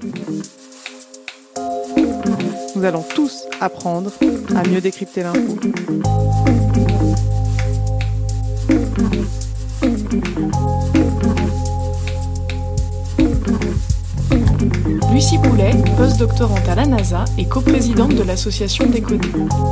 Nous allons tous apprendre à mieux décrypter l'info. Lucie Poulet, post-doctorante à la NASA et coprésidente de l'association Décoder.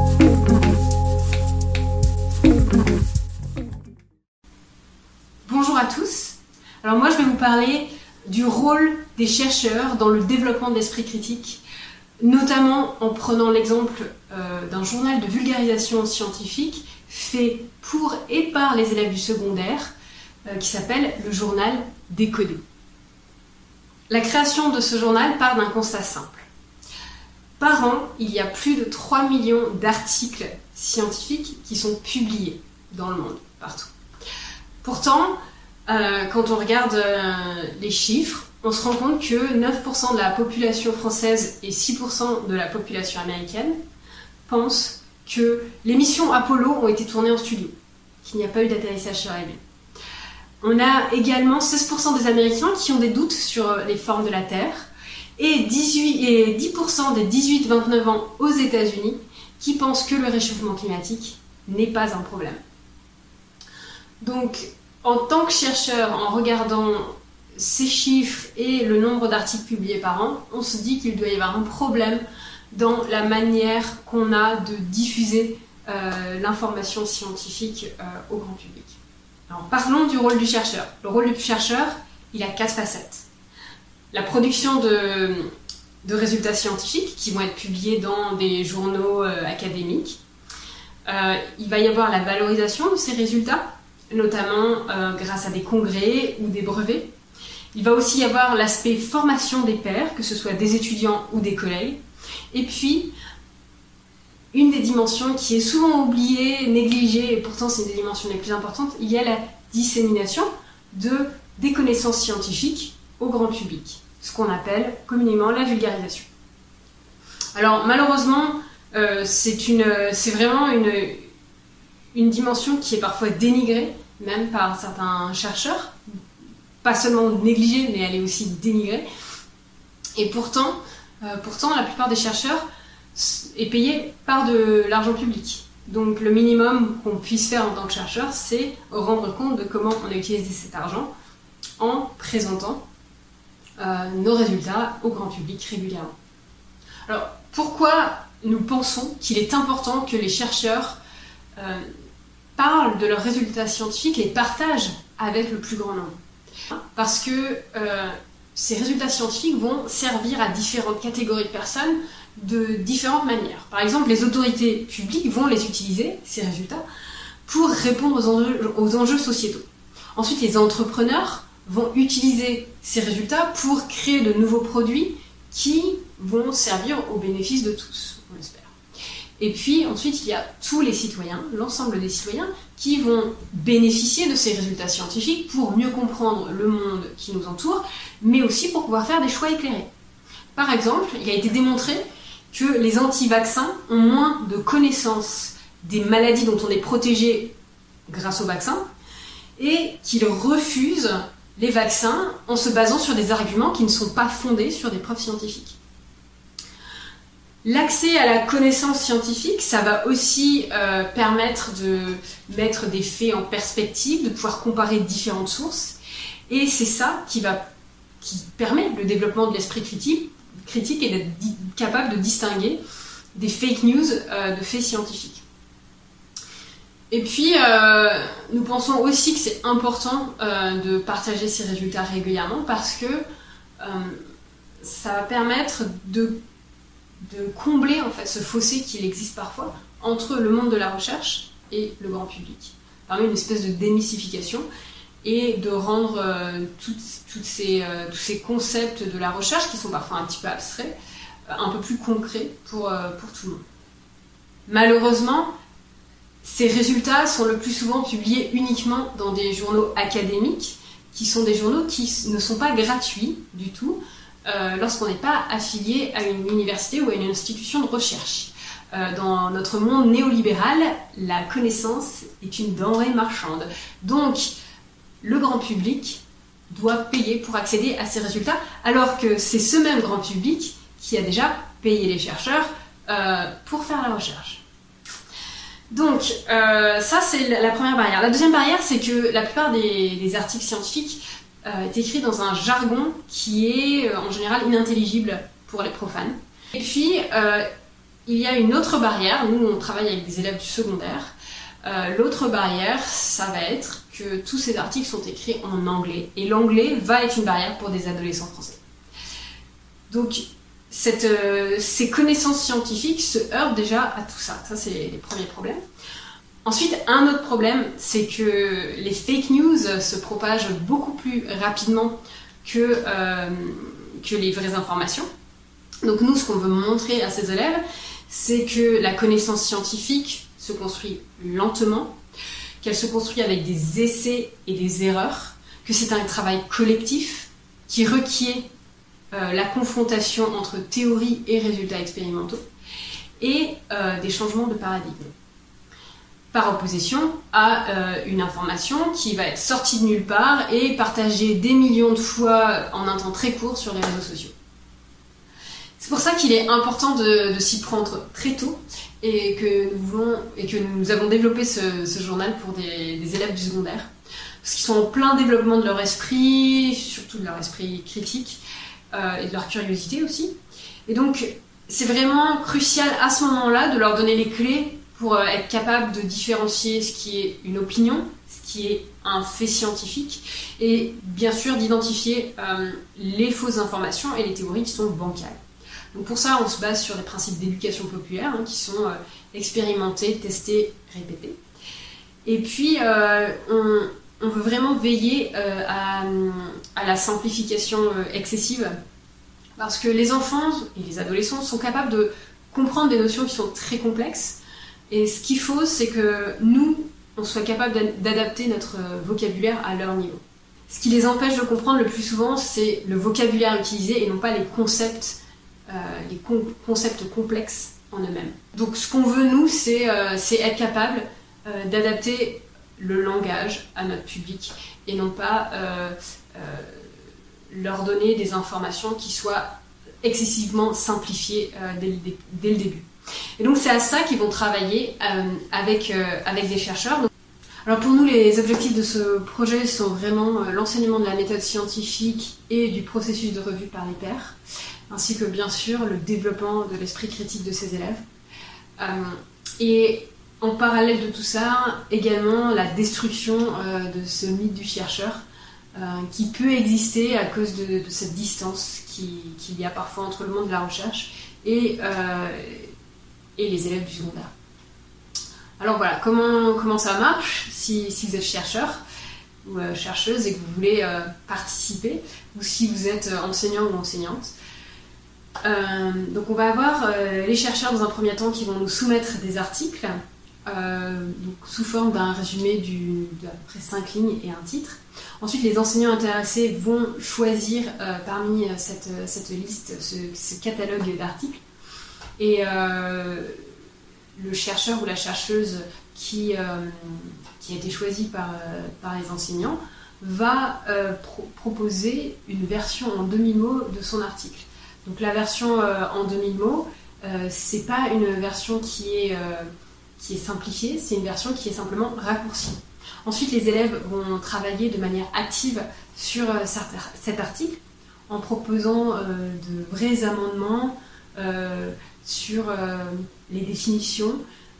Bonjour à tous. Alors moi je vais vous parler du rôle des chercheurs dans le développement de l'esprit critique, notamment en prenant l'exemple d'un journal de vulgarisation scientifique fait pour et par les élèves du secondaire qui s'appelle le journal Décoder. La création de ce journal part d'un constat simple. Par an, il y a plus de 3 millions d'articles scientifiques qui sont publiés dans le monde, partout. Pourtant, quand on regarde les chiffres, on se rend compte que 9% de la population française et 6% de la population américaine pensent que les missions Apollo ont été tournées en studio, qu'il n'y a pas eu d'atterrissage sur la Lune. On a également 16% des Américains qui ont des doutes sur les formes de la Terre et 10% des 18-29 ans aux États-Unis qui pensent que le réchauffement climatique n'est pas un problème. Donc, en tant que chercheur, en regardant ces chiffres et le nombre d'articles publiés par an, on se dit qu'il doit y avoir un problème dans la manière qu'on a de diffuser l'information scientifique au grand public. Alors, parlons du rôle du chercheur. Le rôle du chercheur, il a 4 facettes. La production de résultats scientifiques qui vont être publiés dans des journaux académiques. Il va y avoir la valorisation de ces résultats, notamment grâce à des congrès ou des brevets. Il va aussi y avoir l'aspect formation des pairs, que ce soit des étudiants ou des collègues. Et puis, une des dimensions qui est souvent oubliée, négligée, et pourtant c'est une des dimensions les plus importantes, il y a la dissémination des connaissances scientifiques au grand public, ce qu'on appelle communément la vulgarisation. Alors malheureusement, c'est vraiment une dimension qui est parfois dénigrée, même par certains chercheurs, pas seulement négligée, mais elle est aussi dénigrée. Et pourtant la plupart des chercheurs est payé par de l'argent public. Donc le minimum qu'on puisse faire en tant que chercheur, c'est rendre compte de comment on a utilisé cet argent en présentant nos résultats au grand public régulièrement. Alors pourquoi nous pensons qu'il est important que les chercheurs parlent de leurs résultats scientifiques et les partagent avec le plus grand nombre? Parce que ces résultats scientifiques vont servir à différentes catégories de personnes de différentes manières. Par exemple, les autorités publiques vont les utiliser, ces résultats, pour répondre aux enjeux sociétaux. Ensuite, les entrepreneurs vont utiliser ces résultats pour créer de nouveaux produits qui vont servir au bénéfice de tous, on l'espère. Et puis, ensuite, il y a tous les citoyens, l'ensemble des citoyens, qui vont bénéficier de ces résultats scientifiques pour mieux comprendre le monde qui nous entoure, mais aussi pour pouvoir faire des choix éclairés. Par exemple, il a été démontré que les anti-vaccins ont moins de connaissances des maladies dont on est protégé grâce aux vaccins et qu'ils refusent les vaccins en se basant sur des arguments qui ne sont pas fondés sur des preuves scientifiques. L'accès à la connaissance scientifique, ça va aussi permettre de mettre des faits en perspective, de pouvoir comparer différentes sources, et c'est ça qui permet le développement de l'esprit critique et d'être capable de distinguer des fake news de faits scientifiques. Et puis, nous pensons aussi que c'est important de partager ces résultats régulièrement parce que ça va permettre de combler en fait, ce fossé qu'il existe parfois entre le monde de la recherche et le grand public. Parmi une espèce de démystification et de rendre tous ces concepts de la recherche, qui sont parfois un petit peu abstraits, un peu plus concrets pour tout le monde. Malheureusement, ces résultats sont le plus souvent publiés uniquement dans des journaux académiques, qui sont des journaux qui ne sont pas gratuits du tout, lorsqu'on n'est pas affilié à une université ou à une institution de recherche. Dans notre monde néolibéral, la connaissance est une denrée marchande. Donc, le grand public doit payer pour accéder à ces résultats, alors que c'est ce même grand public qui a déjà payé les chercheurs pour faire la recherche. Donc, ça c'est la première barrière. La deuxième barrière, c'est que la plupart des articles scientifiques est écrit dans un jargon qui est en général inintelligible pour les profanes. Et puis, il y a une autre barrière. Nous, on travaille avec des élèves du secondaire. L'autre barrière, ça va être que tous ces articles sont écrits en anglais. Et l'anglais va être une barrière pour des adolescents français. Donc, ces connaissances scientifiques se heurtent déjà à tout ça. Ça, c'est les premiers problèmes. Ensuite, un autre problème, c'est que les fake news se propagent beaucoup plus rapidement que les vraies informations. Donc nous, ce qu'on veut montrer à ces élèves, c'est que la connaissance scientifique se construit lentement, qu'elle se construit avec des essais et des erreurs, que c'est un travail collectif qui requiert la confrontation entre théorie et résultats expérimentaux et des changements de paradigme. Par opposition à une information qui va être sortie de nulle part et partagée des millions de fois en un temps très court sur les réseaux sociaux. C'est pour ça qu'il est important de s'y prendre très tôt et que nous avons développé ce journal pour des élèves du secondaire. Parce qu'ils sont en plein développement de leur esprit, surtout de leur esprit critique et de leur curiosité aussi. Et donc, c'est vraiment crucial à ce moment-là de leur donner les clés pour être capable de différencier ce qui est une opinion, ce qui est un fait scientifique, et bien sûr d'identifier les fausses informations et les théories qui sont bancales. Donc pour ça, on se base sur les principes d'éducation populaire qui sont expérimentés, testés, répétés. Et puis, on veut vraiment veiller à la simplification excessive, parce que les enfants et les adolescents sont capables de comprendre des notions qui sont très complexes. Et ce qu'il faut, c'est que nous, on soit capable d'adapter notre vocabulaire à leur niveau. Ce qui les empêche de comprendre le plus souvent, c'est le vocabulaire utilisé et non pas les concepts complexes en eux-mêmes. Donc ce qu'on veut, nous, c'est être capable d'adapter le langage à notre public et non pas leur donner des informations qui soient excessivement simplifiées dès le début. Et donc c'est à ça qu'ils vont travailler avec des chercheurs. Alors pour nous, les objectifs de ce projet sont vraiment l'enseignement de la méthode scientifique et du processus de revue par les pairs, ainsi que bien sûr le développement de l'esprit critique de ces élèves. Et en parallèle de tout ça, également la destruction de ce mythe du chercheur qui peut exister à cause de cette distance qu'il y a parfois entre le monde de la recherche et les élèves du secondaire. Alors voilà, comment ça marche si vous êtes chercheur ou chercheuse et que vous voulez participer, ou si vous êtes enseignant ou enseignante. Donc on va avoir les chercheurs dans un premier temps qui vont nous soumettre des articles donc sous forme d'un résumé d'à peu près 5 lignes et un titre. Ensuite, les enseignants intéressés vont choisir parmi cette liste, ce catalogue d'articles. Et le chercheur ou la chercheuse qui a été choisi par les enseignants va proposer une version en 2000 mots de son article. Donc la version en 2000 mots, c'est pas une version qui est simplifiée, c'est une version qui est simplement raccourcie. Ensuite, les élèves vont travailler de manière active sur cet article en proposant de vrais amendements sur les définitions,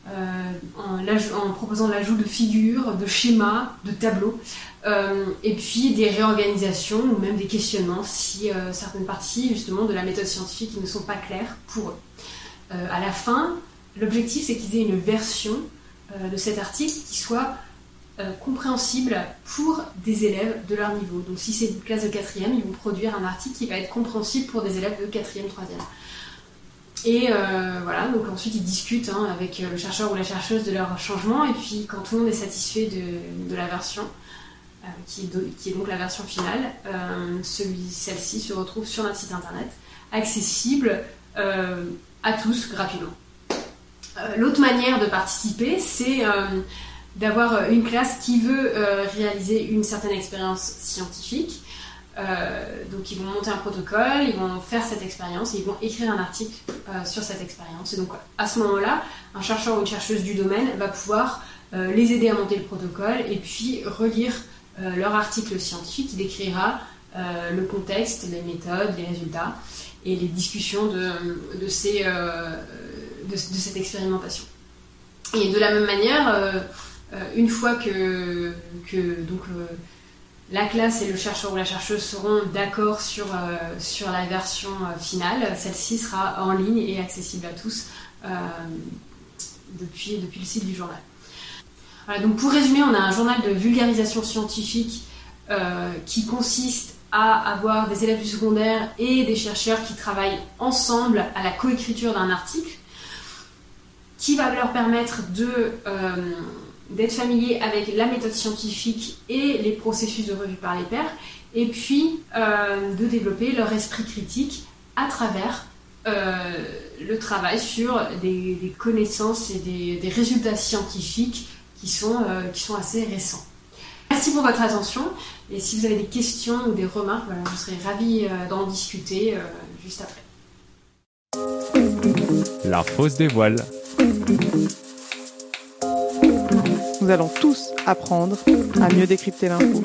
en proposant l'ajout de figures, de schémas, de tableaux, et puis des réorganisations ou même des questionnements si certaines parties justement de la méthode scientifique ne sont pas claires pour eux. À la fin, l'objectif c'est qu'ils aient une version de cet article qui soit compréhensible pour des élèves de leur niveau. Donc si c'est une classe de 4e, ils vont produire un article qui va être compréhensible pour des élèves de 4e, 3e. Et voilà, donc ensuite ils discutent avec le chercheur ou la chercheuse de leur changement, et puis quand tout le monde est satisfait de la version, qui est donc la version finale, celle-ci se retrouve sur notre site internet, accessible à tous gratuitement. L'autre manière de participer, c'est d'avoir une classe qui veut réaliser une certaine expérience scientifique. Donc ils vont monter un protocole, ils vont faire cette expérience et ils vont écrire un article sur cette expérience. Et donc à ce moment-là, un chercheur ou une chercheuse du domaine va pouvoir les aider à monter le protocole et puis relire leur article scientifique qui décrira le contexte, les méthodes, les résultats et les discussions de cette expérimentation. Et de la même manière, une fois que la classe et le chercheur ou la chercheuse seront d'accord sur la version finale, celle-ci sera en ligne et accessible à tous depuis le site du journal. Voilà, donc pour résumer, on a un journal de vulgarisation scientifique qui consiste à avoir des élèves du secondaire et des chercheurs qui travaillent ensemble à la coécriture d'un article qui va leur permettre d'être familiers avec la méthode scientifique et les processus de revue par les pairs, et puis de développer leur esprit critique à travers le travail sur des connaissances et des résultats scientifiques qui sont assez récents. Merci pour votre attention, et si vous avez des questions ou des remarques, voilà, je serai ravie d'en discuter juste après. La fausse dévoile. Nous allons tous apprendre à mieux décrypter l'info.